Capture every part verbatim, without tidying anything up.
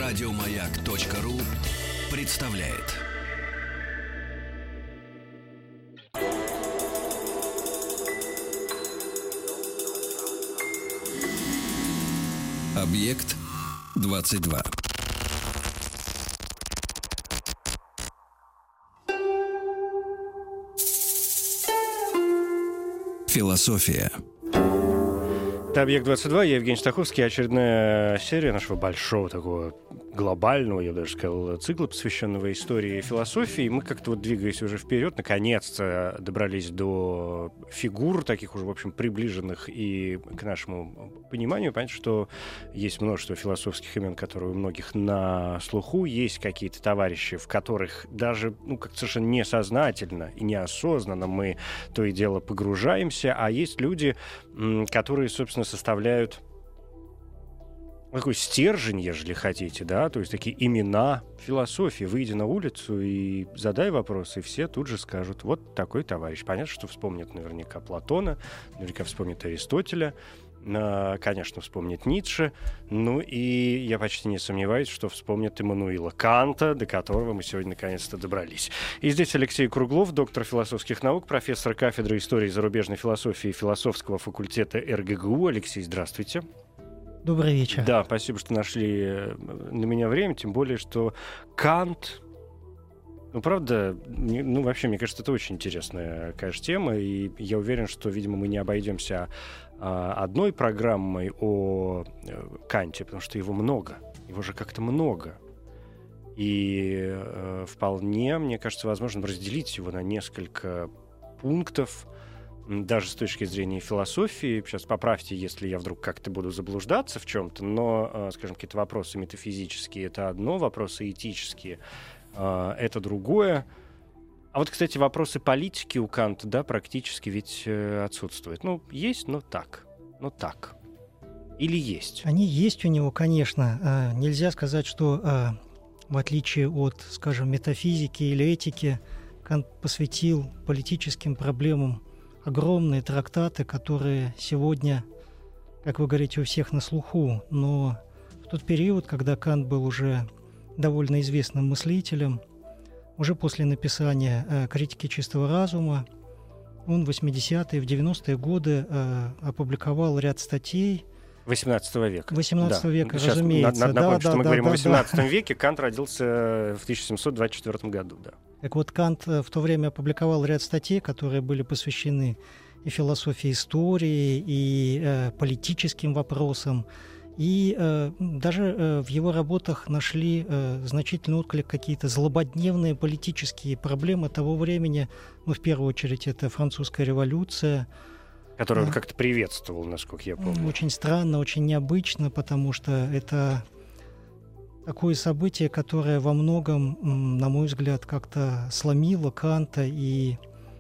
Радиомаяк.ру представляет. Объект двадцать два. Философия. Это «Объект двадцать два», я Евгений Стаховский. Очередная серия нашего большого такого глобального, я бы даже сказал, цикла, посвященного истории и философии. Мы как-то вот, двигаясь уже вперед, наконец-то добрались до фигур таких уже, в общем, приближенных и к нашему пониманию. Понятно, что есть множество философских имен, которые у многих на слуху. Есть какие-то товарищи, в которых даже, ну, как совершенно несознательно и неосознанно мы то и дело погружаемся. А есть люди, которые, собственно, составляют такой стержень, ежели хотите, да, то есть такие имена философии. Выйди на улицу и задай вопрос, и все тут же скажут: вот такой товарищ. Понятно, что вспомнят наверняка Платона, наверняка вспомнят Аристотеля, конечно, вспомнят Ницше, ну и я почти не сомневаюсь, что вспомнят Иммануила Канта, до которого мы сегодня наконец-то добрались. И здесь Алексей Круглов, доктор философских наук, профессор кафедры истории зарубежной философии философского факультета эр гэ гэ у. Алексей, здравствуйте. Добрый вечер. Да, спасибо, что нашли на меня время, тем более, что Кант, ну, правда, ну, вообще, мне кажется, это очень интересная, конечно, тема, и я уверен, что, видимо, мы не обойдемся а, одной программой о Канте, потому что его много, его же как-то много. И э, вполне, мне кажется, возможно разделить его на несколько пунктов, даже с точки зрения философии. Сейчас поправьте, если я вдруг как-то буду заблуждаться в чем-то, но, скажем, какие-то вопросы метафизические — это одно, вопросы этические — это другое. А вот, кстати, вопросы политики у Канта, да, практически ведь отсутствуют. Ну, есть, но так. Ну, так. Или есть? Они есть у него, конечно. Нельзя сказать, что, в отличие от, скажем, метафизики или этики, Кант посвятил политическим проблемам огромные трактаты, которые сегодня, как вы говорите, у всех на слуху. Но в тот период, когда Кант был уже довольно известным мыслителем, уже после написания э, «Критики чистого разума», он в восьмидесятые, в девяностые годы э, опубликовал ряд статей. восемнадцатого века. восемнадцатого да. века, Сейчас разумеется. Надо напомнить, да, что да, мы да, говорим да, о восемнадцатом да. веке. Кант родился в тысяча семьсот двадцать четвёртом году. Да. Так вот, Кант в то время опубликовал ряд статей, которые были посвящены и философии истории, и э, политическим вопросам. И э, даже э, в его работах нашли э, значительный отклик какие-то злободневные политические проблемы того времени. Ну, в первую очередь, это французская революция. Которую он как-то приветствовал, насколько я помню. Очень странно, очень необычно, потому что это такое событие, которое во многом, на мой взгляд, как-то сломило Канта, и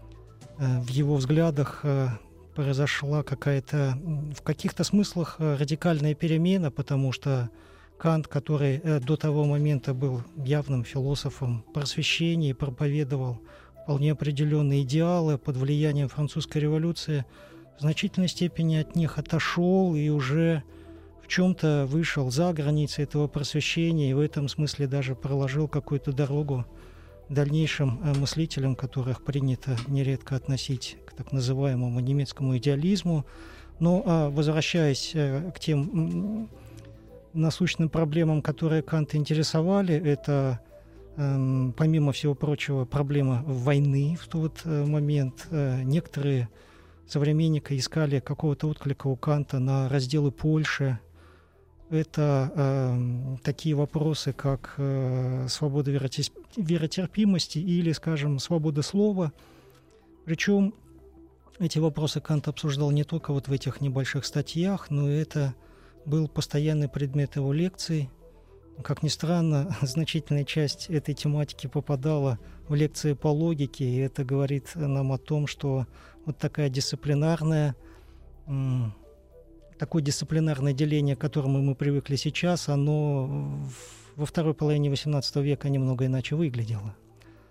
э, в его взглядах э, произошла какая-то, в каких-то смыслах, э, радикальная перемена, потому что Кант, который э, до того момента был явным философом просвещения и проповедовал вполне определенные идеалы под влиянием французской революции, в значительной степени от них отошел и уже в чем-то вышел за границы этого просвещения, и в этом смысле даже проложил какую-то дорогу дальнейшим мыслителям, которых принято нередко относить к так называемому немецкому идеализму. Но, возвращаясь к тем насущным проблемам, которые Канта интересовали, это, помимо всего прочего, проблема войны в тот момент. Некоторые современники искали какого-то отклика у Канта на разделы Польши. Это э, такие вопросы, как э, свобода веротерпимости или, скажем, свобода слова. Причем эти вопросы Кант обсуждал не только вот в этих небольших статьях, но это был постоянный предмет его лекций. Как ни странно, значительная часть этой тематики попадала в лекции по логике, и это говорит нам о том, что вот такая дисциплинарная... М- Такое дисциплинарное деление, к которому мы привыкли сейчас, оно во второй половине восемнадцатого века немного иначе выглядело.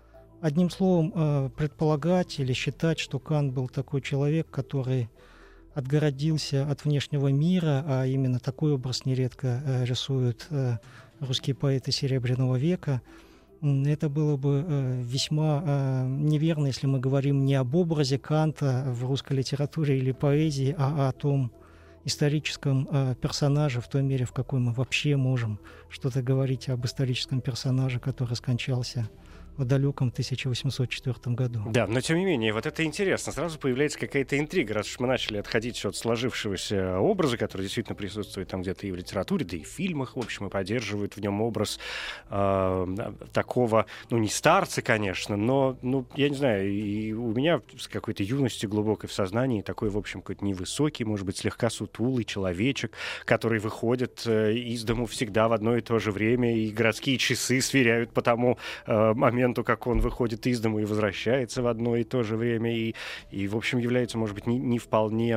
Одним словом, предполагать или считать, что Кант был такой человек, который отгородился от внешнего мира, а именно такой образ нередко э, рисуют э, русские поэты Серебряного века, это было бы э, весьма э, неверно, если мы говорим не об образе Канта в русской литературе или поэзии, а о том историческом э, персонаже в той мере, в какой мы вообще можем что-то говорить об историческом персонаже, который скончался в далеком тысяча восемьсот четвёртом году. Да, но тем не менее, вот это интересно. Сразу появляется какая-то интрига, раз уж мы начали отходить от сложившегося образа, который действительно присутствует там где-то и в литературе, да и в фильмах, в общем, и поддерживает в нем образ э, такого, ну, не старца, конечно, но, ну, я не знаю, и у меня с какой-то юностью глубокой в сознании такой, в общем, какой-то невысокий, может быть, слегка сутулый человечек, который выходит э, из дому всегда в одно и то же время, и городские часы сверяют по тому э, моменту, как он выходит из дома и возвращается в одно и то же время, и, и в общем, является, может быть, не, не вполне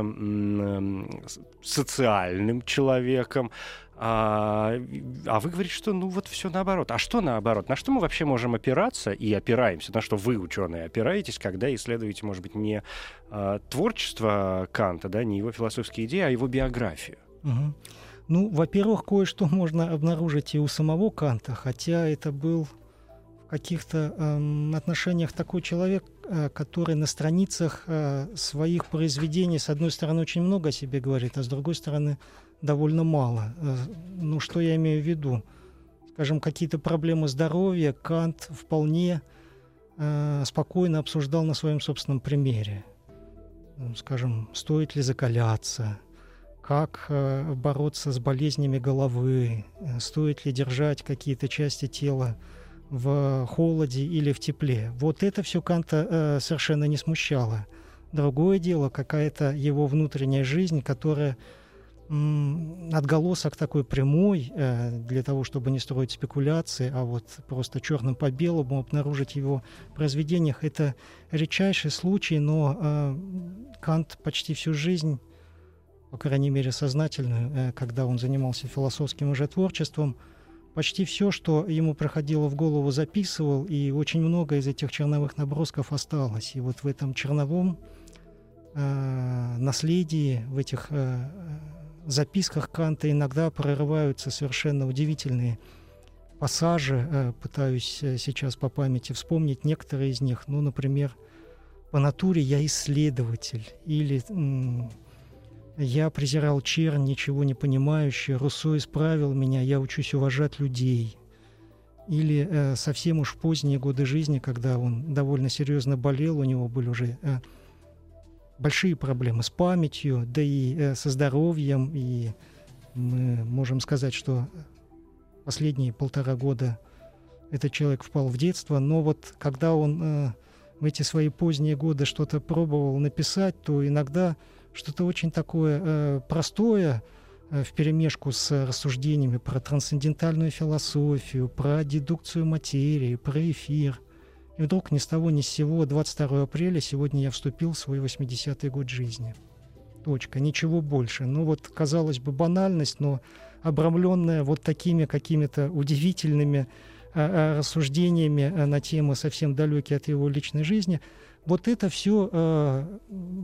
м- социальным человеком. А, а вы говорите, что ну вот все наоборот. А что наоборот? На что мы вообще можем опираться и опираемся? На что вы, ученые, опираетесь, когда исследуете, может быть, не а, творчество Канта, да, не его философские идеи, а его биографию? Угу. Ну, во-первых, кое-что можно обнаружить и у самого Канта, хотя это был в каких-то э, отношениях такой человек, э, который на страницах э, своих произведений, с одной стороны, очень много о себе говорит, а с другой стороны, довольно мало. Э, ну, что я имею в виду? Скажем, какие-то проблемы здоровья Кант вполне э, спокойно обсуждал на своем собственном примере. Скажем, стоит ли закаляться, как э, бороться с болезнями головы, э, стоит ли держать какие-то части тела в холоде или в тепле. Вот это все Канта э, совершенно не смущало. Другое дело, какая-то его внутренняя жизнь, которая м, отголосок такой прямой, э, для того, чтобы не строить спекуляции, а вот просто черным по белому обнаружить в его произведениях. Это редчайший случай, но э, Кант почти всю жизнь, по крайней мере сознательную, э, когда он занимался философским уже творчеством, почти все, что ему проходило в голову, записывал, и очень много из этих черновых набросков осталось. И вот в этом черновом э, наследии, в этих э, записках Канта иногда прорываются совершенно удивительные пассажи. Э, пытаюсь сейчас по памяти вспомнить некоторые из них. Ну, например, «По натуре я исследователь» или м- «Я презирал чернь, ничего не понимающий, Руссо исправил меня, я учусь уважать людей». Или э, совсем уж в поздние годы жизни, когда он довольно серьезно болел, у него были уже э, большие проблемы с памятью, да и э, со здоровьем. И мы можем сказать, что последние полтора года этот человек впал в детство. Но вот когда он э, в эти свои поздние годы что-то пробовал написать, то иногда что-то очень такое э, простое э, вперемешку с рассуждениями про трансцендентальную философию, про дедукцию материи, про эфир. И вдруг ни с того ни с сего двадцать второго апреля сегодня я вступил в свой восьмидесятый год жизни. Точка. Ничего больше. Ну вот, казалось бы, банальность, но обрамленная вот такими какими-то удивительными э, рассуждениями э, на темы совсем далекие от его личной жизни. Вот это все... Э,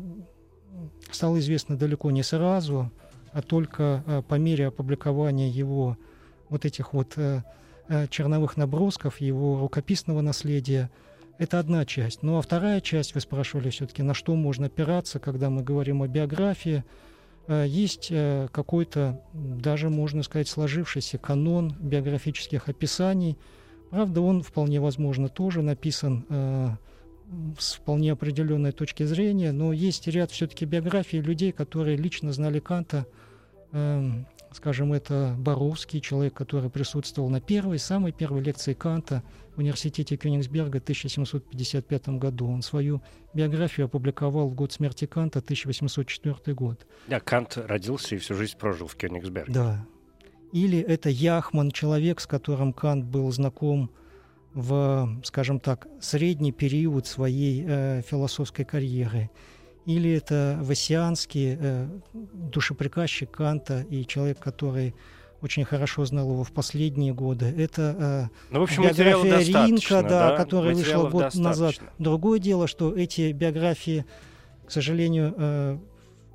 стало известно далеко не сразу, а только а, по мере опубликования его вот этих вот а, а, черновых набросков, его рукописного наследия. Это одна часть. Ну а вторая часть, вы спрашивали все-таки, на что можно опираться, когда мы говорим о биографии. А, есть а, какой-то, даже можно сказать, сложившийся канон биографических описаний. Правда, он вполне возможно тоже написан а, с вполне определенной точки зрения, но есть ряд все-таки биографий людей, которые лично знали Канта. Э, скажем, это Боровский, человек, который присутствовал на первой, самой первой лекции Канта в университете Кёнигсберга в тысяча семьсот пятьдесят пятом году. Он свою биографию опубликовал в год смерти Канта, тысяча восемьсот четвёртый год. Да, Кант родился и всю жизнь прожил в Кёнигсберге. Да. Или это Яхман, человек, с которым Кант был знаком в, скажем так, средний период своей э, философской карьеры. Или это Воссианский, э, душеприказчик Канта и человек, который очень хорошо знал его в последние годы. Это э, ну, в общем, биография Ринка, да, да? которая вышла год достаточно. назад. Другое дело, что эти биографии, к сожалению, э,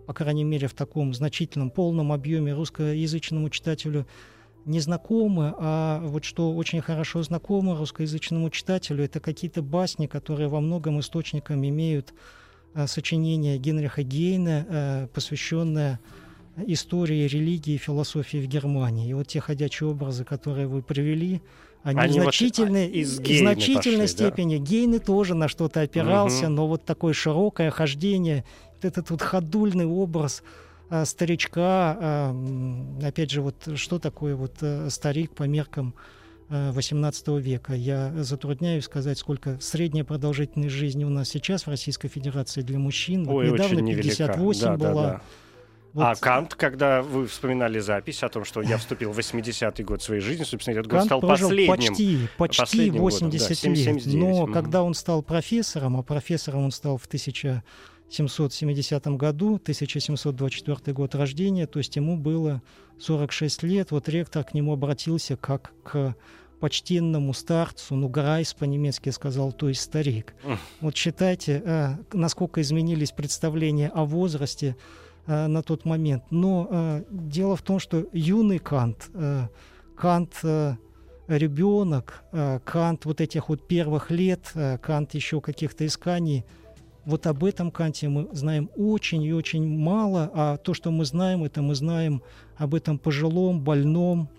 по крайней мере, в таком значительном, полном объеме русскоязычному читателю не знакомы, а вот что очень хорошо знакомо русскоязычному читателю, это какие-то басни, которые во многом источником имеют а, сочинение Генриха Гейне, а, посвященное истории религии и философии в Германии. И вот те ходячие образы, которые вы привели, они, они в значительной, вот из в значительной пошли, степени. Да? Гейне тоже на что-то опирался, угу. но вот такое широкое хождение, вот этот вот ходульный образ а, старичка, а, опять же, вот что такое вот а, старик по меркам восемнадцатого века. Я затрудняюсь сказать, сколько средняя продолжительность жизни у нас сейчас в Российской Федерации для мужчин. Вот Ой, недавно пятьдесят восемь да, была. Да, да. Вот. А Кант, когда вы вспоминали запись о том, что я вступил в восьмидесятый год своей жизни, собственно, этот год Кант стал прожил последним. Почти, почти восемьдесят годом, да, лет. Но угу. когда он стал профессором, а профессором он стал в тысяча семьсот семидесятом году, тысяча семьсот двадцать четвёртый год рождения, то есть ему было сорок шесть лет. Вот ректор к нему обратился как к почтенному старцу, ну, Грайс по-немецки сказал, то есть старик. Mm. Вот считайте, э, насколько изменились представления о возрасте на тот момент. Но э, дело в том, что юный Кант, э, Кант э, ребенок, э, Кант вот этих вот первых лет, э, Кант еще каких-то исканий, вот об этом Канте мы знаем очень и очень мало, а то, что мы знаем, это мы знаем об этом пожилом, больном,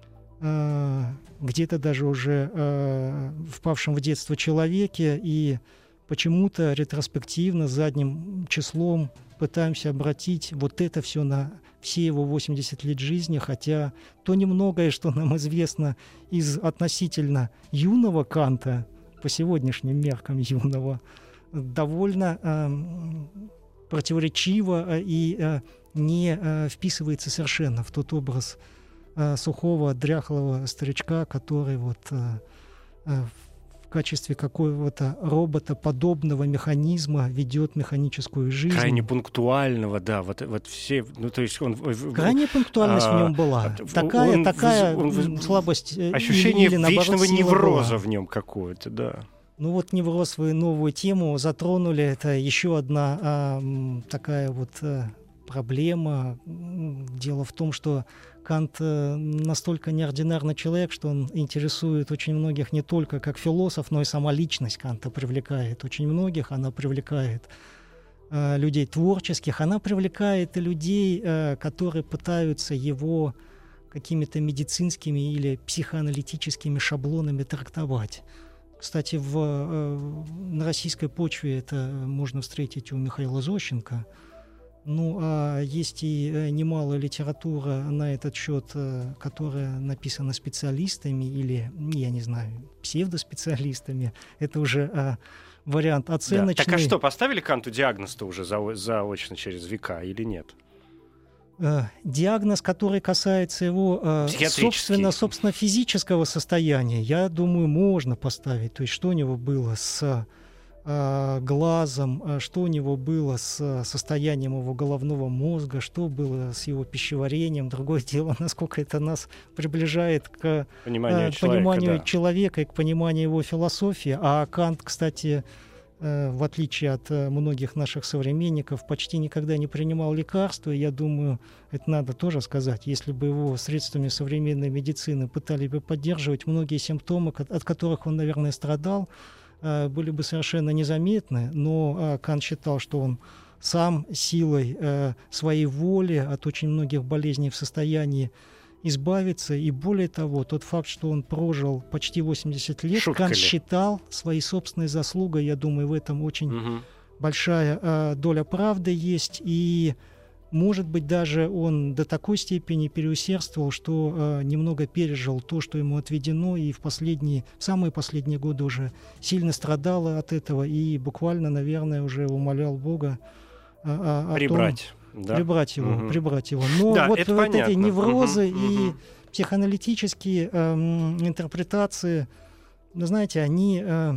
э, где-то даже уже э, впавшем в детство человеке, и почему-то ретроспективно, задним числом пытаемся обратить вот это все на все его восемьдесят лет жизни, хотя то немногое, что нам известно из относительно юного Канта, по сегодняшним меркам юного, довольно э, противоречиво и э, не э, вписывается совершенно в тот образ э, сухого, дряхлого старичка, который вот э, э, в качестве какого-то роботоподобного механизма ведет механическую жизнь. Крайне пунктуального, да, вот, вот все, ну то есть он... Крайняя пунктуальность а, в нем была. Такая, он, такая он, слабость. Ощущение или, или, вечного наоборот, невроза была. В нем какое-то, да. Ну вот невроз, вы новую тему затронули, это еще одна а, такая вот а, проблема. Дело в том, что Кант настолько неординарный человек, что он интересует очень многих не только как философ, но и сама личность Канта привлекает очень многих. Она привлекает э, людей творческих, она привлекает и людей, э, которые пытаются его какими-то медицинскими или психоаналитическими шаблонами трактовать. Кстати, в, э, на российской почве это можно встретить у Михаила Зощенко. Ну, а есть и немало литература на этот счет, которая написана специалистами или, я не знаю, псевдоспециалистами. Это уже а, вариант оценочный. Да. Так а что, поставили Канту диагноз-то уже за, заочно через века или нет? А, диагноз, который касается его а, собственно, собственно физического состояния, я думаю, можно поставить. То есть что у него было с... глазом, что у него было с состоянием его головного мозга, что было с его пищеварением. Другое дело, насколько это нас приближает к пониманию, к пониманию человека, да. человека и к пониманию его философии. А Кант, кстати, в отличие от многих наших современников, почти никогда не принимал лекарства. И я думаю, это надо тоже сказать. Если бы его средствами современной медицины пытались бы поддерживать, многие симптомы, от которых он, наверное, страдал, были бы совершенно незаметны, но Кант считал, что он сам силой своей воли от очень многих болезней в состоянии избавиться. И более того, тот факт, что он прожил почти восемьдесят лет, Шутка Кант ли? считал своей собственной заслугой. Я думаю, в этом очень угу. большая доля правды есть. И может быть, даже он до такой степени переусердствовал, что э, немного пережил то, что ему отведено, и в последние, в самые последние годы уже сильно страдал от этого и буквально, наверное, уже умолял Бога э, о, о прибрать, том, да? прибрать его, угу. прибрать его. Но да, вот, вот эти неврозы угу, и угу. психоаналитические э, интерпретации, ну, знаете, они э,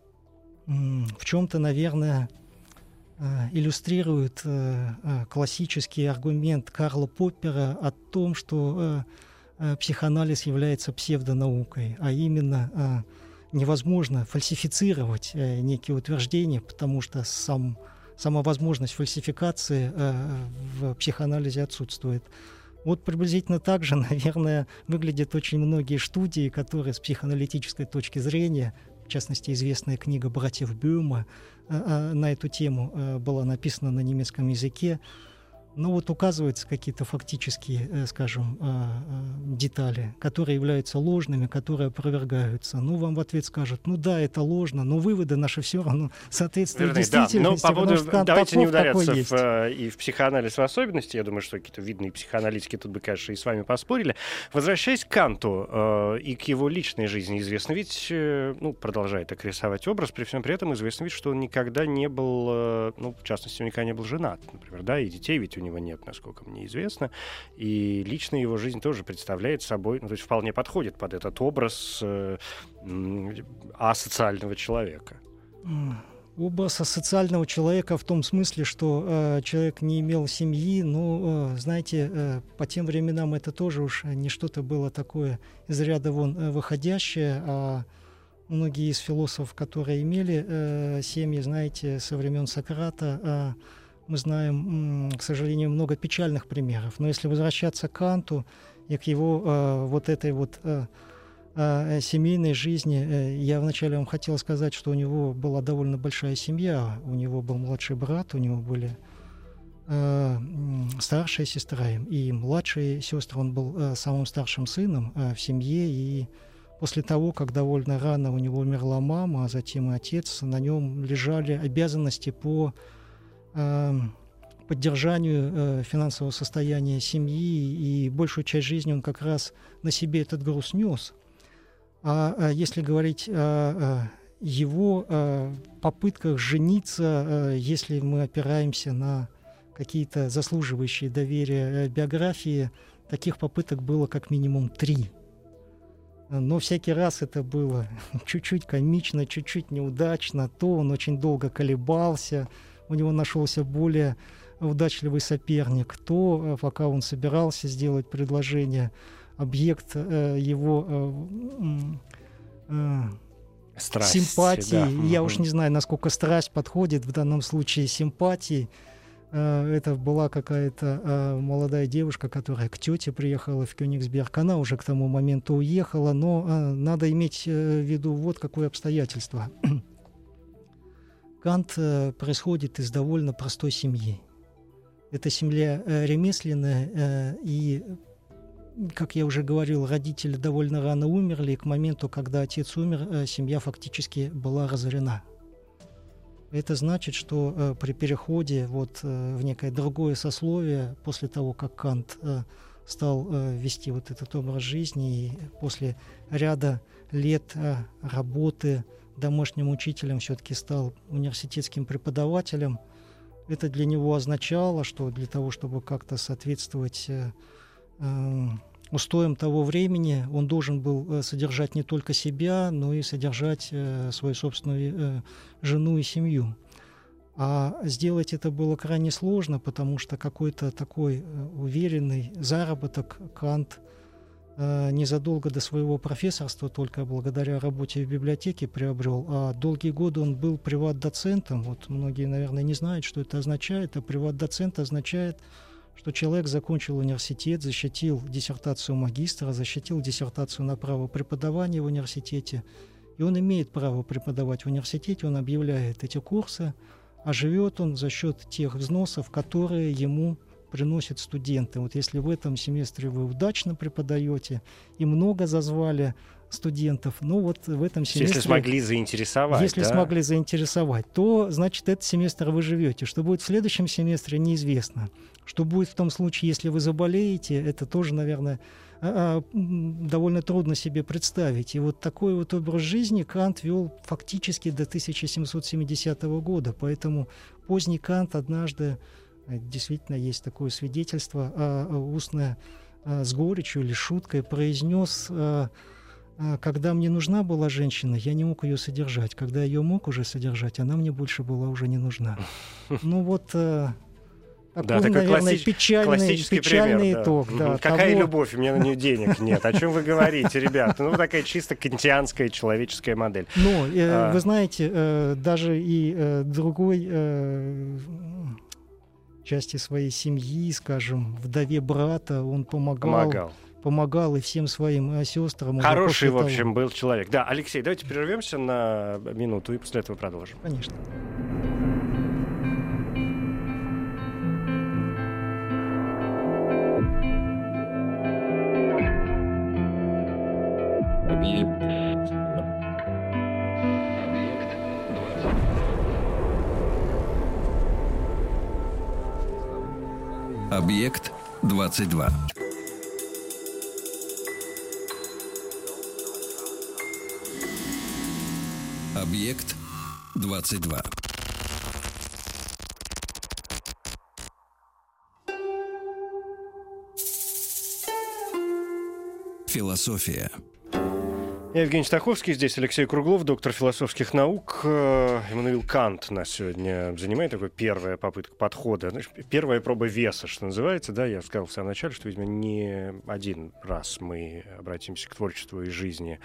в чем-то, наверное, иллюстрирует э, э, классический аргумент Карла Поппера о том, что э, э, психоанализ является псевдонаукой, а именно э, невозможно фальсифицировать э, некие утверждения, потому что сам, сама возможность фальсификации в психоанализе отсутствует. Вот приблизительно так же, наверное, выглядят очень многие студии, которые с психоаналитической точки зрения, в частности, известная книга братьев Бюма на эту тему была написана на немецком языке. Но вот указываются какие-то фактические, скажем, детали, которые являются ложными, которые опровергаются. Ну, вам в ответ скажут, ну да, это ложно, но выводы наши все равно соответствуют Вернее, действительности. Да. Но по поводу, что давайте не таков, ударяться в, и в психоанализ в особенности. Я думаю, что какие-то видные психоаналитики тут бы, конечно, и с вами поспорили. Возвращаясь к Канту э, и к его личной жизни, известно ведь, э, ну, продолжает так рисовать образ, при всем при этом известно ведь, что он никогда не был, э, ну, в частности, он никогда не был женат, например, да, и детей ведь у него нет, насколько мне известно, и личная его жизнь тоже представляет собой, ну, то есть вполне подходит под этот образ э, асоциального человека. Образ асоциального человека в том смысле, что э, человек не имел семьи, но, э, знаете, э, по тем временам это тоже уж не что-то было такое из ряда вон э, выходящее, а многие из философов, которые имели э, семьи, знаете, со времен Сократа, э, мы знаем, к сожалению, много печальных примеров. Но если возвращаться к Канту и к его э, вот этой вот э, э, семейной жизни, э, я вначале вам хотел сказать, что у него была довольно большая семья. У него был младший брат, у него были э, старшая сестра и младшие сестры. Он был э, самым старшим сыном э, в семье. И после того, как довольно рано у него умерла мама, а затем и отец, на нем лежали обязанности по поддержанию э, финансового состояния семьи, и большую часть жизни он как раз на себе этот груз нес. А, а если говорить о, о его о попытках жениться, э, если мы опираемся на какие-то заслуживающие доверия биографии, таких попыток было как минимум три. Но всякий раз это было чуть-чуть комично, чуть-чуть неудачно. То он очень долго колебался, у него нашелся более удачливый соперник, то, пока он собирался сделать предложение, объект э, его э, э, Страсть, симпатии, да. я уж не знаю, насколько страсть подходит в данном случае симпатии, э, это была какая-то э, молодая девушка, которая к тете приехала в Кёнигсберг, она уже к тому моменту уехала, но э, надо иметь в виду вот какое обстоятельство. Кант э, происходит из довольно простой семьи. Это семья э, ремесленная, э, и, как я уже говорил, родители довольно рано умерли, и к моменту, когда отец умер, э, семья фактически была разорена. Это значит, что э, при переходе вот, э, в некое другое сословие, после того, как Кант э, стал э, вести вот этот образ жизни, и после ряда лет э, работы домашним учителем все-таки стал университетским преподавателем. Это для него означало, что для того, чтобы как-то соответствовать э, э, устоям того времени, он должен был э, содержать не только себя, но и содержать э, свою собственную э, жену и семью. А сделать это было крайне сложно, потому что какой-то такой э, уверенный заработок Кант незадолго до своего профессорства, только благодаря работе в библиотеке приобрел. А долгие годы он был приват-доцентом. Вот многие, наверное, не знают, что это означает. А приват-доцент означает, что человек закончил университет, защитил диссертацию магистра, защитил диссертацию на право преподавания в университете. И он имеет право преподавать в университете, он объявляет эти курсы, а живет он за счет тех взносов, которые ему приносят студенты. Вот если в этом семестре вы удачно преподаете и много зазвали студентов, ну вот в этом семестре... Если смогли заинтересовать, Если да? смогли заинтересовать, то, значит, этот семестр вы живете. Что будет в следующем семестре, неизвестно. Что будет в том случае, если вы заболеете, это тоже, наверное, довольно трудно себе представить. И вот такой вот образ жизни Кант вел фактически до тысяча семьсот семидесятого года. Поэтому поздний Кант однажды, действительно есть такое свидетельство, а, устное а, с горечью или шуткой произнес: а, а, когда мне нужна была женщина, я не мог ее содержать. Когда я ее мог уже содержать, она мне больше была уже не нужна. Ну вот а, Такой, Да, такой наверное, классич- печальный, классический печальный пример, да. итог. Мгм. Да, Какая того- любовь? У меня на нее денег нет. О чем вы говорите, ребята? Ну, такая чисто кантианская человеческая модель. Но, э, А. вы знаете, э, даже и э, другой э, части своей семьи, скажем, вдове брата, он помогал, помогал, Помогал. и всем своим э, сестрам. уже Хороший, после в того. общем, был человек. Да, Алексей, давайте прервемся на минуту и после этого продолжим. Конечно. Объект двадцать два. Объект двадцать два. Философия. Я Евгений Стаховский, здесь Алексей Круглов, доктор философских наук. Э, Иммануил Кант нас сегодня занимает, такая первая попытка подхода, знаешь, первая проба веса, что называется. Да, я сказал в самом начале, что, видимо, не один раз мы обратимся к творчеству и жизни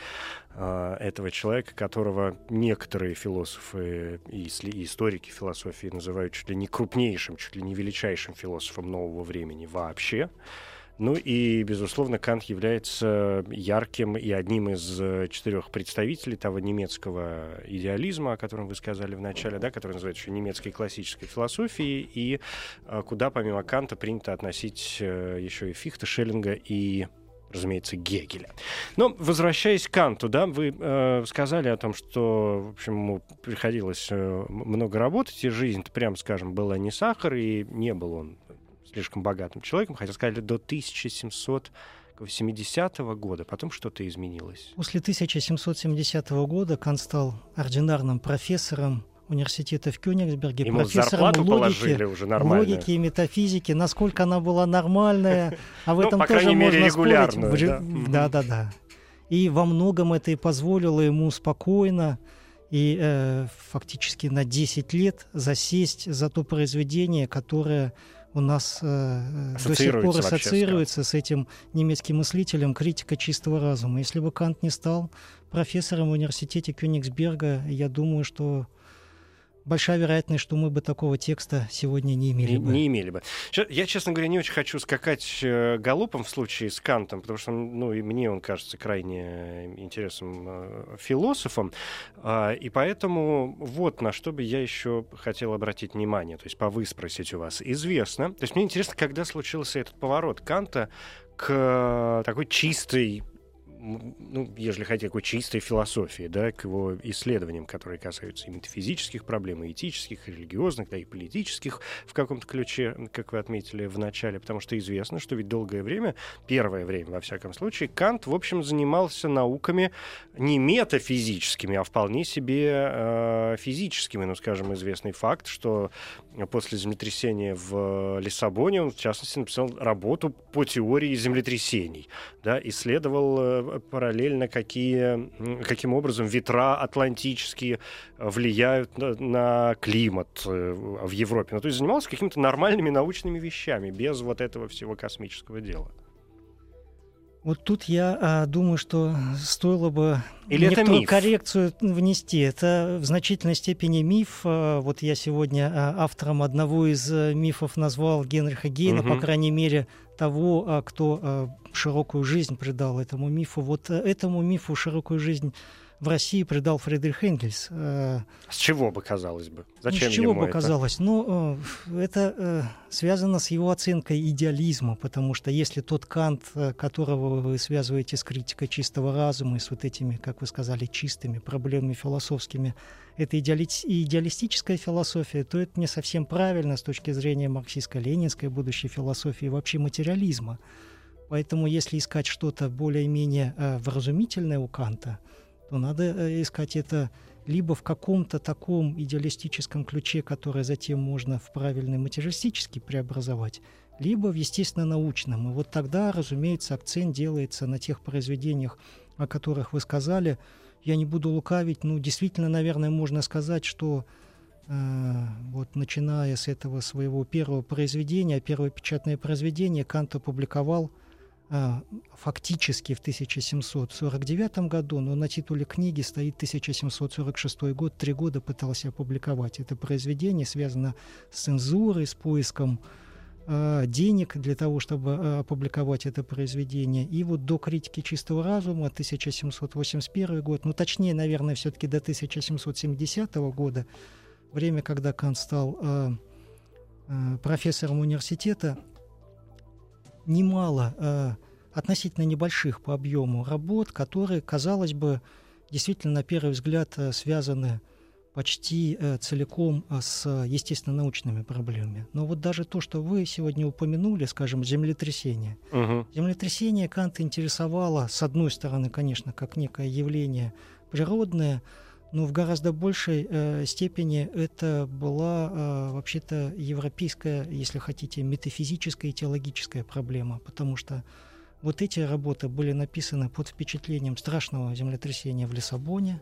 э, этого человека, которого некоторые философы и, и историки философии называют чуть ли не крупнейшим, чуть ли не величайшим философом нового времени вообще. Ну и, безусловно, Кант является ярким и одним из четырех представителей того немецкого идеализма, о котором вы сказали в начале, да, который называется еще немецкой классической философией, и куда, помимо Канта, принято относить еще и Фихте, Шеллинга и, разумеется, Гегеля. Но, возвращаясь к Канту, да, вы э, сказали о том, что, в общем, ему приходилось э, много работать, и жизнь-то, прямо скажем, была не сахар, и не был он слишком богатым человеком, хотя сказали, до тысяча семьсот семидесятого года, потом что-то изменилось. После тысяча семьсот семидесятого года Кант стал ординарным профессором университета в Кёнигсберге, Ему профессором зарплату логики, положили уже нормальную. логики и метафизики. Насколько она была нормальная, а в Ну, этом по тоже крайней мере, можно спорить. регулярную, В- да. Да, да, да. И во многом это и позволило ему спокойно и э, фактически на десять лет засесть за то произведение, которое у нас э, до сих пор Ассоциируется вообще с ассоциируется с этим немецким мыслителем «Критика чистого разума». Если бы Кант не стал профессором в университете Кёнигсберга, я думаю, что большая вероятность, что мы бы такого текста сегодня не имели Не, бы. не имели бы. Ща- Я, честно говоря, не очень хочу скакать э, галопом в случае с Кантом, потому что, ну, и мне он кажется крайне интересным э, философом, а, и поэтому вот на что бы я еще хотел обратить внимание, то есть повыспросить у вас. Известно, то есть мне интересно, когда случился этот поворот Канта к э, такой чистой, м, ну, ежели хотите, такой чистой философии, да, к его исследованиям, которые касаются и метафизических проблем, и этических, и религиозных, да, и политических в каком-то ключе, как вы отметили в начале, потому что известно, что ведь долгое время, первое время, во всяком случае, Кант, в общем, занимался науками не метафизическими, а вполне себе э, физическими. Ну, скажем, известный факт, что после землетрясения в Лиссабоне он, в частности, написал работу по теории землетрясений, да, исследовал э, параллельно, какие, каким образом ветра атлантические влияют на, на климат э, в Европе. Ну, то есть занимался какими-то нормальными научными вещами, без вот этого всего космического дела. Вот тут я а, думаю, что стоило бы Или это некоторую миф? коррекцию внести. Это в значительной степени миф. А, вот я сегодня а, автором одного из а, мифов назвал Генриха Гейна, Мгм. по крайней мере, того, а, кто а, широкую жизнь придал этому мифу. Вот а, этому мифу широкую жизнь в России придал Фридрих Энгельс. А, С чего бы, казалось бы? ну, Зачем с чего ему бы это? казалось? Ну, э, это э, связано с его оценкой идеализма, потому что если тот Кант, э, которого вы связываете с критикой чистого разума и с вот этими, как вы сказали, чистыми проблемами философскими, это идеали- идеалистическая философия, то это не совсем правильно с точки зрения марксистско-ленинской будущей философии и вообще материализма. Поэтому если искать что-то более-менее э, вразумительное у Канта, то надо э, искать это либо в каком-то таком идеалистическом ключе, которое затем можно в правильный материалистический преобразовать, либо в естественно-научном. И вот тогда, разумеется, акцент делается на тех произведениях, о которых вы сказали. Я не буду лукавить, ну, действительно, наверное, можно сказать, что Вот, начиная с этого своего первого произведения, первое печатное произведение Кант опубликовал фактически в тысяча семьсот сорок девятом году, но на титуле книги стоит тысяча семьсот сорок шестой год, три года пытался опубликовать это произведение, связано с цензурой, с поиском э, денег для того, чтобы э, опубликовать это произведение. И вот до «Критики чистого разума» тысяча семьсот восемьдесят первый год, ну точнее, наверное, все-таки до тысяча семьсот семидесятого года, время, когда Кант стал э, э, профессором университета, немало э, относительно небольших по объему работ, которые, казалось бы, действительно, на первый взгляд, э, связаны почти э, целиком э, с естественно-научными проблемами. Но вот даже то, что вы сегодня упомянули, скажем, землетрясение. Угу. Землетрясение Канта интересовало, с одной стороны, конечно, как некое явление природное, но в гораздо большей э, степени это была э, вообще-то европейская, если хотите, метафизическая и теологическая проблема, потому что вот эти работы были написаны под впечатлением страшного землетрясения в Лиссабоне,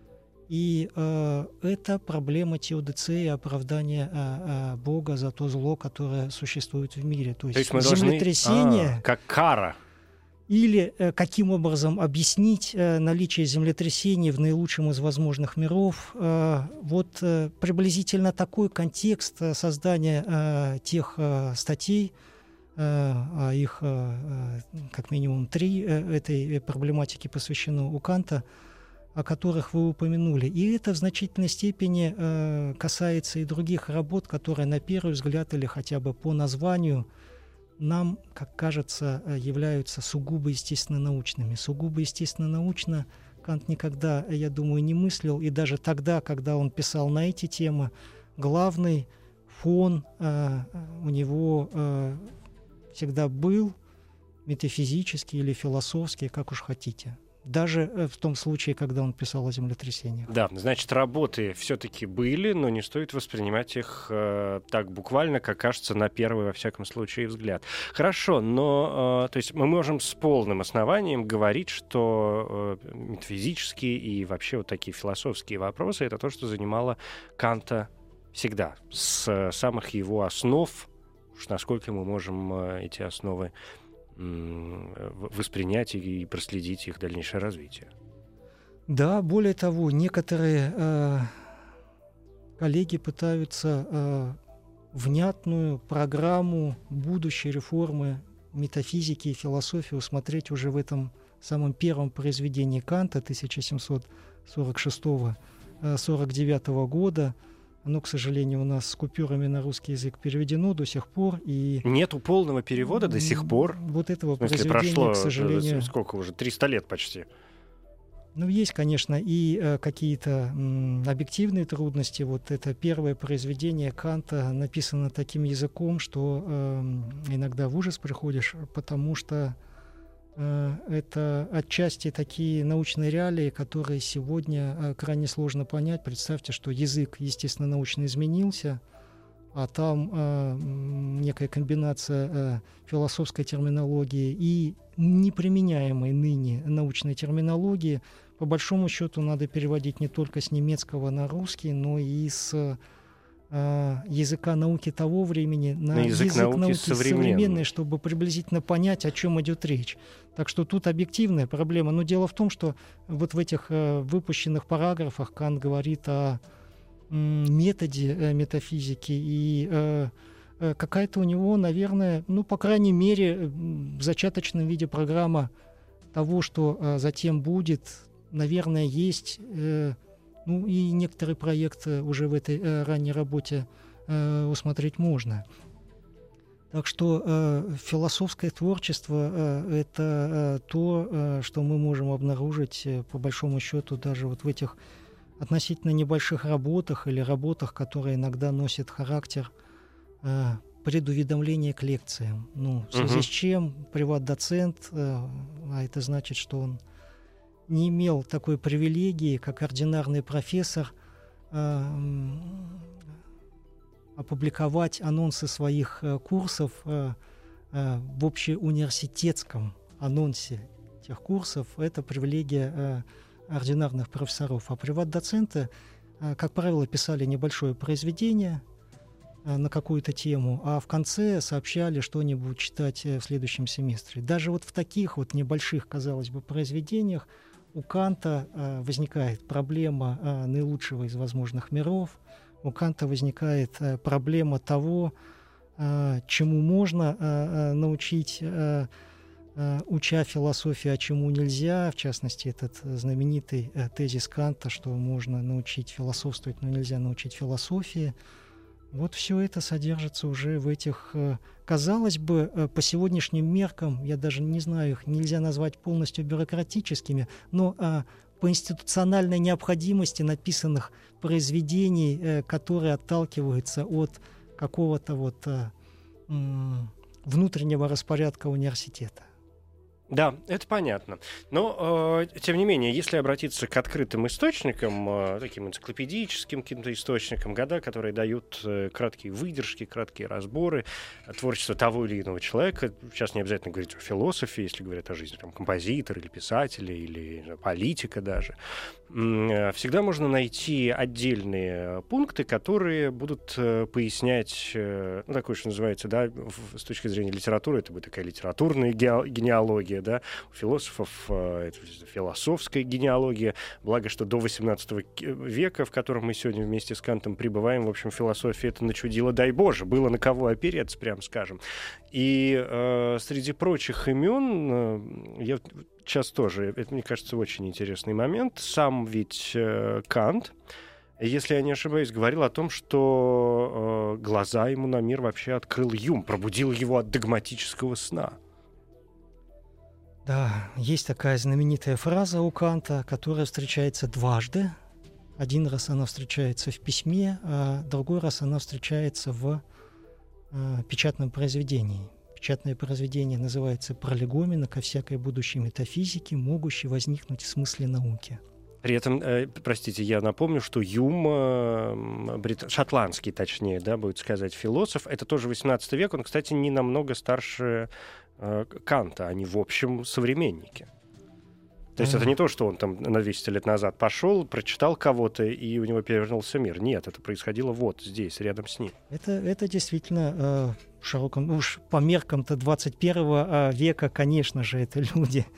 и э, это проблема теодицеи, оправдания э, э, Бога за то зло, которое существует в мире. То есть, то есть мы землетрясение... Должны... А, как кара. Или э, каким образом объяснить э, наличие землетрясений в наилучшем из возможных миров. Э, вот э, приблизительно такой контекст э, создания э, тех э, статей, э, а их э, как минимум три э, этой проблематике посвящено у Канта, о которых вы упомянули. И это в значительной степени э, касается и других работ, которые на первый взгляд или хотя бы по названию нам, как кажется, являются сугубо естественно-научными. Сугубо естественно-научно Кант никогда, я думаю, не мыслил, и даже тогда, когда он писал на эти темы, главный фон э, у него э, всегда был метафизический или философский, как уж хотите. Даже в том случае, когда он писал о землетрясениях. Да, значит, работы все-таки были, но не стоит воспринимать их э, так буквально, как кажется на первый, во всяком случае, взгляд. Хорошо, но э, то есть мы можем с полным основанием говорить, что э, метафизические и вообще вот такие философские вопросы — это то, что занимало Канта всегда, с самых его основ, уж насколько мы можем э, эти основы воспринять и проследить их дальнейшее развитие. Да, более того, некоторые э, коллеги пытаются э, внятную программу будущей реформы метафизики и философии усмотреть уже в этом самом первом произведении Канта тысяча семьсот сорок шестого — сорок девятого года. Оно, к сожалению, у нас с купюрами на русский язык переведено до сих пор. И нету полного перевода до сих пор? Вот этого в смысле, произведения, прошло, к сожалению... сколько уже? триста лет почти. Ну, есть, конечно, и э, какие-то м, объективные трудности. Вот это первое произведение Канта написано таким языком, что э, иногда в ужас приходишь, потому что э, это отчасти такие научные реалии, которые сегодня э, крайне сложно понять. Представьте, что язык, естественно, научно изменился, а там э, некая комбинация э, философской терминологии и неприменяемой ныне научной терминологии. По большому счету надо переводить не только с немецкого на русский, но и с э, языка науки того времени на, на язык, язык науки, науки современный. современный, чтобы приблизительно понять, о чем идет речь. Так что тут объективная проблема. Но дело в том, что вот в этих э, выпущенных параграфах Кант говорит о м, методе э, метафизики, и э, э, какая-то у него, наверное, ну, по крайней мере, в зачаточном виде программа того, что э, затем будет, наверное, есть, э, ну и некоторые проекты уже в этой э, ранней работе э, усмотреть можно. Так что э, философское творчество э, — это э, то, э, что мы можем обнаружить, э, по большому счету, даже вот в этих относительно небольших работах или работах, которые иногда носят характер э, предуведомления к лекциям. Ну, в связи uh-huh. с чем приват-доцент, э, а это значит, что он не имел такой привилегии, как ординарный профессор, э, опубликовать анонсы своих э, курсов э, э, в общеуниверситетском анонсе тех курсов. Это привилегия э, ординарных профессоров. А приват-доценты как правило, писали небольшое произведение на какую-то тему, а в конце сообщали, что они будут читать в следующем семестре. Даже вот в таких вот небольших, казалось бы, произведениях у Канта э, возникает проблема э, наилучшего из возможных миров, у Канта возникает э, проблема того, э, чему можно э, э, научить, э, э, уча философию, а чему нельзя. В частности, этот знаменитый э, тезис Канта, что можно научить философствовать, но нельзя научить философии. Вот все это содержится уже в этих, казалось бы, по сегодняшним меркам, я даже не знаю, их нельзя назвать полностью бюрократическими, но по институциональной необходимости написанных произведений, которые отталкиваются от какого-то вот внутреннего распорядка университета. Да, это понятно. Но, э, тем не менее, если обратиться к открытым источникам, э, таким энциклопедическим каким-то источникам, года, которые дают э, краткие выдержки, краткие разборы творчества того или иного человека, сейчас не обязательно говорить о философии, если говорят о жизни там, композитора или писателя, или знаю, политика даже, э, всегда можно найти отдельные пункты, которые будут э, пояснять, э, ну, такое, что называется, да, в, с точки зрения литературы, это будет такая литературная генеалогия, да, у философов э, это философская генеалогия, благо, что до восемнадцатого века, в котором мы сегодня вместе с Кантом пребываем, в общем, философия это начудила, дай Боже, было на кого опереться, прям скажем. И э, среди прочих имен, э, я сейчас тоже, это, мне кажется, очень интересный момент, сам ведь э, Кант, если я не ошибаюсь, говорил о том, что э, глаза ему на мир вообще открыл Юм, пробудил его от догматического сна. Да, есть такая знаменитая фраза у Канта, которая встречается дважды. Один раз она встречается в письме, а другой раз она встречается в э, печатном произведении. Печатное произведение называется «Пролегомена ко всякой будущей метафизике, могущей возникнуть в смысле науки». При этом, э, простите, я напомню, что Юм, э, брит... шотландский, точнее, да, будет сказать, философ, это тоже восемнадцатый век, он, кстати, не намного старше э, Канта, они, в общем, современники. То есть mm-hmm. это не то, что он там на двести лет назад пошел, прочитал кого-то, и у него перевернулся мир. Нет, это происходило вот здесь, рядом с ним. Это, это действительно э, в широком... Уж по меркам-то двадцать первого века, конечно же, это люди...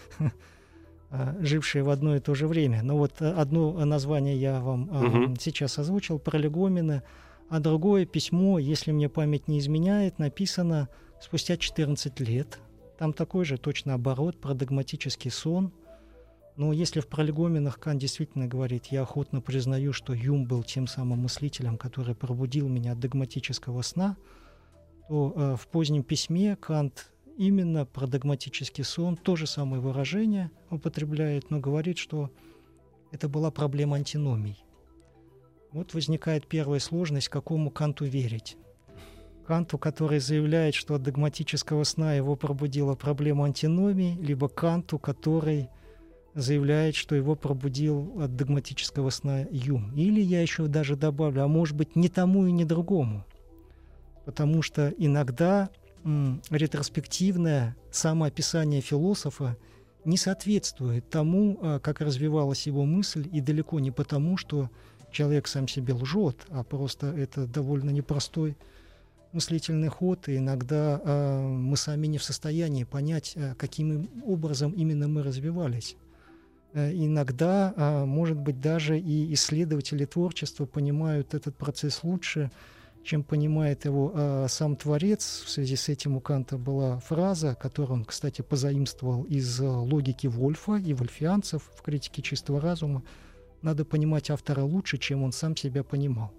жившие в одно и то же время. Но вот одно название я вам uh-huh. э, сейчас озвучил, «Пролегомены», а другое письмо, если мне память не изменяет, написано спустя четырнадцать лет. Там такой же точно оборот, про догматический сон. Но если в «Пролегоменах» Кант действительно говорит, я охотно признаю, что Юм был тем самым мыслителем, который пробудил меня от догматического сна, то э, в позднем письме Кант именно про догматический сон то же самое выражение употребляет, но говорит, что это была проблема антиномий. Вот возникает первая сложность, какому Канту верить. Канту, который заявляет, что от догматического сна его пробудила проблема антиномий, либо Канту, который заявляет, что его пробудил от догматического сна Юм. Или я еще даже добавлю, а может быть, ни тому и ни другому. Потому что иногда ретроспективное самоописание философа не соответствует тому, как развивалась его мысль, и далеко не потому, что человек сам себе лжет, а просто это довольно непростой мыслительный ход, и иногда э, мы сами не в состоянии понять, э, каким образом именно мы развивались. Э, иногда, э, может быть, даже и исследователи творчества понимают этот процесс лучше, чем понимает его э, сам творец. В связи с этим у Канта была фраза, которую он, кстати, позаимствовал из э, логики Вольфа и вольфианцев в «Критике чистого разума». Надо понимать автора лучше, чем он сам себя понимал.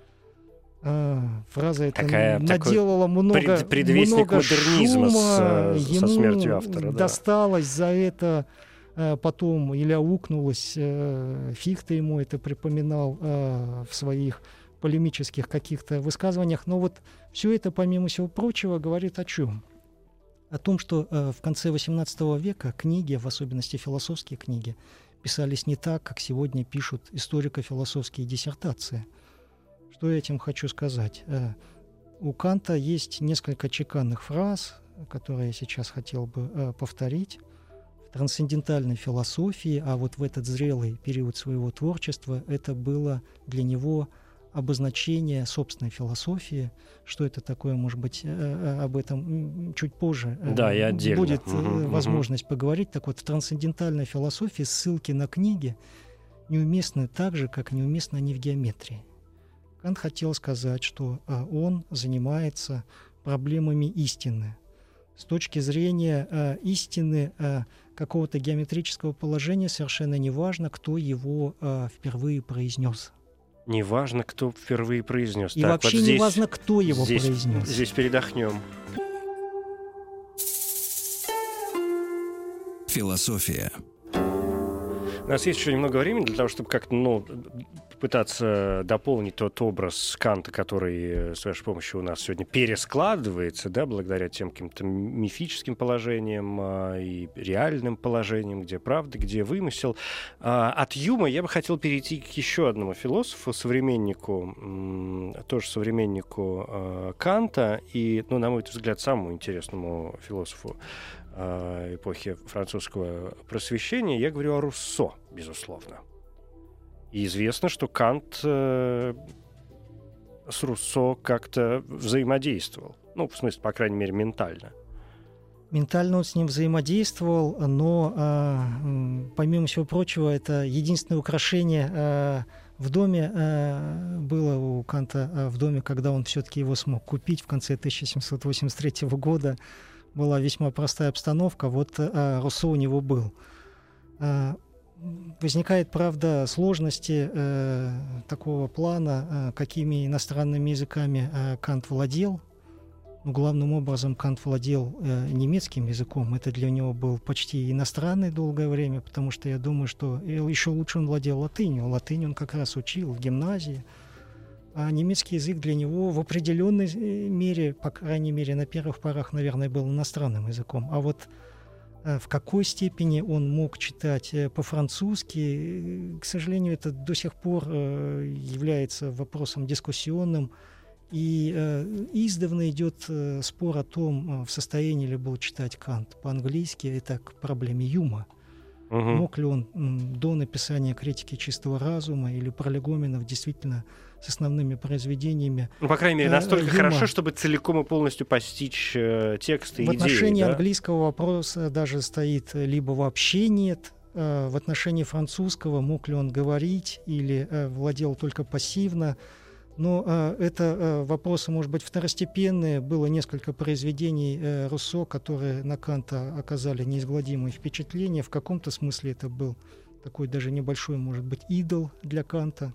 Э, фраза эта Такая, наделала много, пред, предвестник много модернизма шума. С, со смертью автора. Да. Досталось за это э, потом, или аукнулось, э, Фихте ему это припоминал э, в своих полемических каких-то высказываниях, но вот все это, помимо всего прочего, говорит о чем? О том, что э, в конце восемнадцатого века книги, в особенности философские книги, писались не так, как сегодня пишут историко-философские диссертации. Что я этим хочу сказать? Э, у Канта есть несколько чеканных фраз, которые я сейчас хотел бы э, повторить. В трансцендентальной философии, а вот в этот зрелый период своего творчества это было для него обозначение собственной философии. Что это такое, может быть, об этом чуть позже да, и отдельно. будет угу, возможность угу. поговорить. Так вот, в трансцендентальной философии ссылки на книги неуместны так же, как неуместны они в геометрии. Кант хотел сказать, что он занимается проблемами истины. С точки зрения э, истины э, какого-то геометрического положения совершенно не важно, кто его э, впервые произнес. Не важно, кто впервые произнес. И так, вообще вот здесь, не важно, кто его здесь, произнес. Здесь передохнем. Философия. У нас есть еще немного времени для того, чтобы как-то, ну, пытаться дополнить тот образ Канта, который с вашей помощью у нас сегодня перескладывается, да, благодаря тем каким-то мифическим положениям а, и реальным положениям, где правда, где вымысел. А, от Юма я бы хотел перейти к еще одному философу, современнику, м, тоже современнику а, Канта, и, ну, на мой взгляд, самому интересному философу эпохи французского просвещения, я говорю о Руссо, безусловно. И известно, что Кант э, с Руссо как-то взаимодействовал. Ну, в смысле, по крайней мере, ментально. Ментально он с ним взаимодействовал, но, э, помимо всего прочего, это единственное украшение э, в доме э, было у Канта, э, в доме, когда он все-таки его смог купить в конце тысяча семьсот восемьдесят третьего года. Была весьма простая обстановка, вот а, Руссо у него был. А, возникает, правда, сложности а, такого плана, а, какими иностранными языками а, Кант владел. Ну, главным образом Кант владел а, немецким языком. Это для него был почти иностранный долгое время, потому что я думаю, что еще лучше он владел латынью. Латынь он как раз учил в гимназии. А немецкий язык для него в определенной мере, по крайней мере, на первых порах, наверное, был иностранным языком. А вот э, в какой степени он мог читать э, по-французски, к сожалению, это до сих пор э, является вопросом дискуссионным. И э, издавна идет э, спор о том, э, в состоянии ли был читать Кант по-английски. Это к проблеме Юма. Угу. Мог ли он м, до написания «Критики чистого разума» или «Пролегоменов» действительно с основными произведениями. Ну, по крайней мере, настолько э, хорошо, чтобы целиком и полностью постичь э, тексты и идеи. В отношении да? английского вопроса даже стоит либо вообще нет, э, в отношении французского мог ли он говорить или э, владел только пассивно. Но э, это э, вопросы, может быть, второстепенные. Было несколько произведений э, Руссо, которые на Канта оказали неизгладимое впечатление. В каком-то смысле это был такой даже небольшой, может быть, идол для Канта,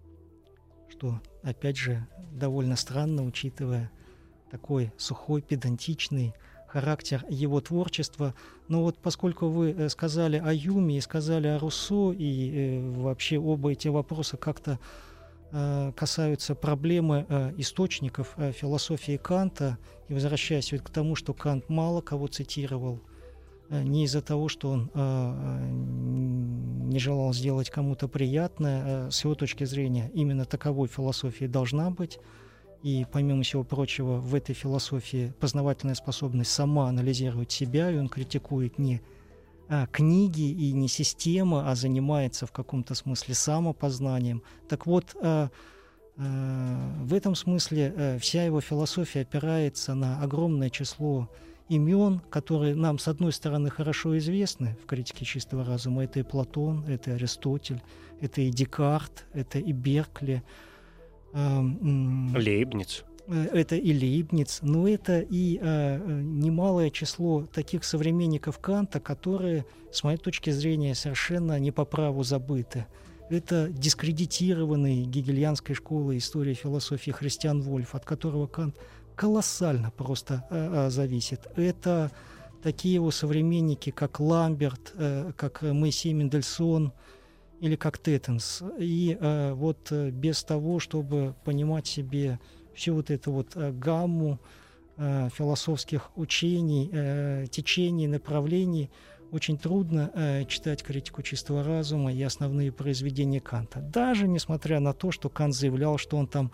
что, опять же, довольно странно, учитывая такой сухой, педантичный характер его творчества. Но вот поскольку вы сказали о Юме и сказали о Руссо, и э, вообще оба эти вопроса как-то э, касаются проблемы э, источников э, философии Канта, и возвращаясь вот к тому, что Кант мало кого цитировал, не из-за того, что он э, не желал сделать кому-то приятное. С его точки зрения, именно таковой философия должна быть. И, помимо всего прочего, в этой философии познавательная способность сама анализирует себя, и он критикует не а, книги и не системы, а занимается в каком-то смысле самопознанием. Так вот, э, э, в этом смысле э, вся его философия опирается на огромное число имен, которые нам, с одной стороны, хорошо известны в «Критике чистого разума». Это и Платон, это и Аристотель, это и Декарт, это и Беркли. Э, Лейбниц. Это и Лейбниц, но это и э, немалое число таких современников Канта, которые, с моей точки зрения, совершенно не по праву забыты. Это дискредитированный гегельянской школой истории философии Христиан Вольф, от которого Кант колоссально просто э, зависит. Это такие его современники, как Ламберт, э, как Моисей Мендельсон или как Теттенс. И э, вот э, без того, чтобы понимать себе всю вот эту вот э, гамму э, философских учений, э, течений, направлений, очень трудно э, читать «Критику чистого разума» и основные произведения Канта. Даже несмотря на то, что Кант заявлял, что он там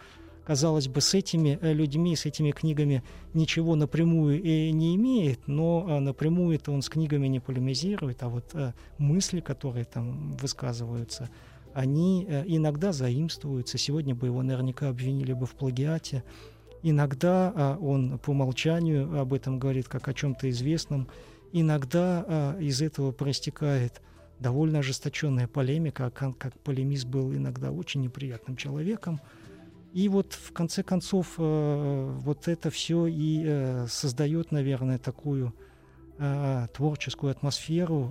казалось бы, с этими людьми, с этими книгами ничего напрямую и не имеет, но напрямую-то он с книгами не полемизирует, а вот мысли, которые там высказываются, они иногда заимствуются. Сегодня бы его наверняка обвинили бы в плагиате. Иногда он по умолчанию об этом говорит как о чем-то известном. Иногда из этого проистекает довольно ожесточенная полемика, а как полемист был иногда очень неприятным человеком. И вот в конце концов вот это все и создает, наверное, такую творческую атмосферу.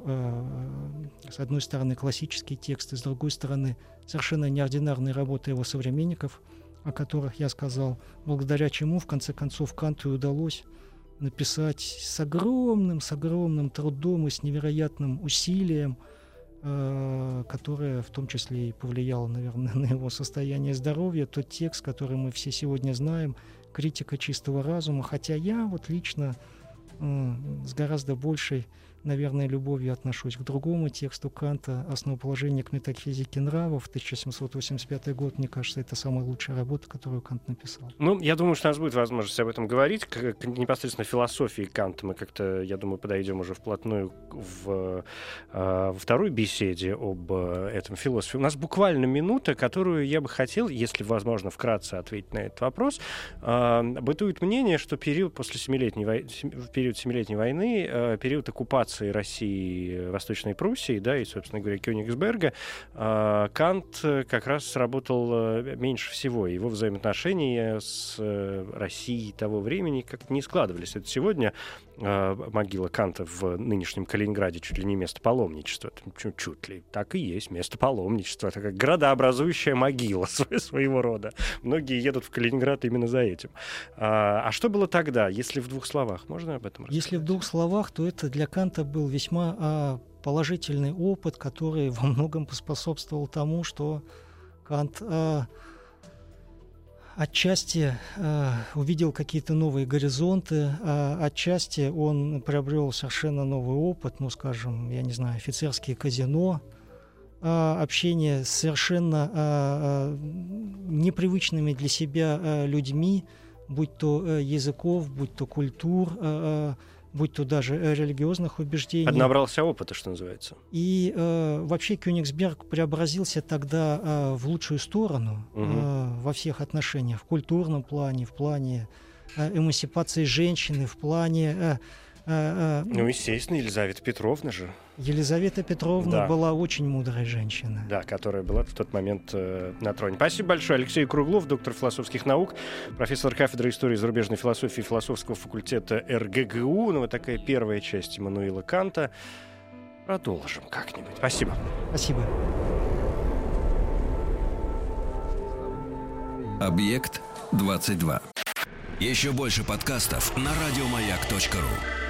С одной стороны классические тексты, с другой стороны совершенно неординарные работы его современников, о которых я сказал, благодаря чему в конце концов Канту удалось написать с огромным, с огромным трудом и с невероятным усилием, э, которое в том числе и повлияло, наверное, на его состояние здоровья, тот текст, который мы все сегодня знаем, «Критика чистого разума», хотя я вот лично э, с гораздо большей, наверное, любовью отношусь к другому тексту Канта «Основоположение к метафизике нравов», тысяча семьсот восемьдесят пятый год. Мне кажется, это самая лучшая работа, которую Кант написал. Ну, я думаю, что у нас будет возможность об этом говорить. К, к непосредственно философии Канта мы как-то, я думаю, подойдем уже вплотную в, э, во второй беседе об э, этом философе. У нас буквально минута, которую я бы хотел, если возможно, вкратце ответить на этот вопрос. Э, бытует мнение, что период после семилетней войны, в период Семилетней войны, э, период оккупации России, Восточной Пруссии, да, и, собственно говоря, Кёнигсберга, э, Кант как раз сработал меньше всего. Его взаимоотношения с э, Россией того времени как-то не складывались. Это сегодня э, могила Канта в нынешнем Калининграде чуть ли не место паломничества. Чуть, чуть ли. Так и есть место паломничества. Такая градообразующая могила своего рода. Многие едут в Калининград именно за этим. А, а что было тогда, если в двух словах? Можно об этом рассказать? Если в двух словах, то это для Канта был весьма а, положительный опыт, который во многом поспособствовал тому, что Кант а, отчасти а, увидел какие-то новые горизонты, а отчасти он приобрел совершенно новый опыт, ну, скажем, я не знаю, офицерские казино, а, общение с совершенно а, а, непривычными для себя а, людьми, будь то а, языков, будь то культур, а, будь то даже религиозных убеждений. Поднабрался опыта, что называется. И э, вообще Кёнигсберг преобразился тогда э, в лучшую сторону угу. э, во всех отношениях. В культурном плане, в плане э, эмансипации женщины, в плане... Э, э, э, ну, естественно, Елизавета Петровна же. Елизавета Петровна да. была очень мудрой женщиной. Да, которая была в тот момент э, на троне. Спасибо большое. Алексей Круглов, доктор философских наук, профессор кафедры истории зарубежной философии философского факультета эр гэ гэ у. Ну, вот такая первая часть Иммануила Канта. Продолжим как-нибудь. Спасибо. Спасибо. Объект двадцать два. Еще больше подкастов на радиомаяк точка ру.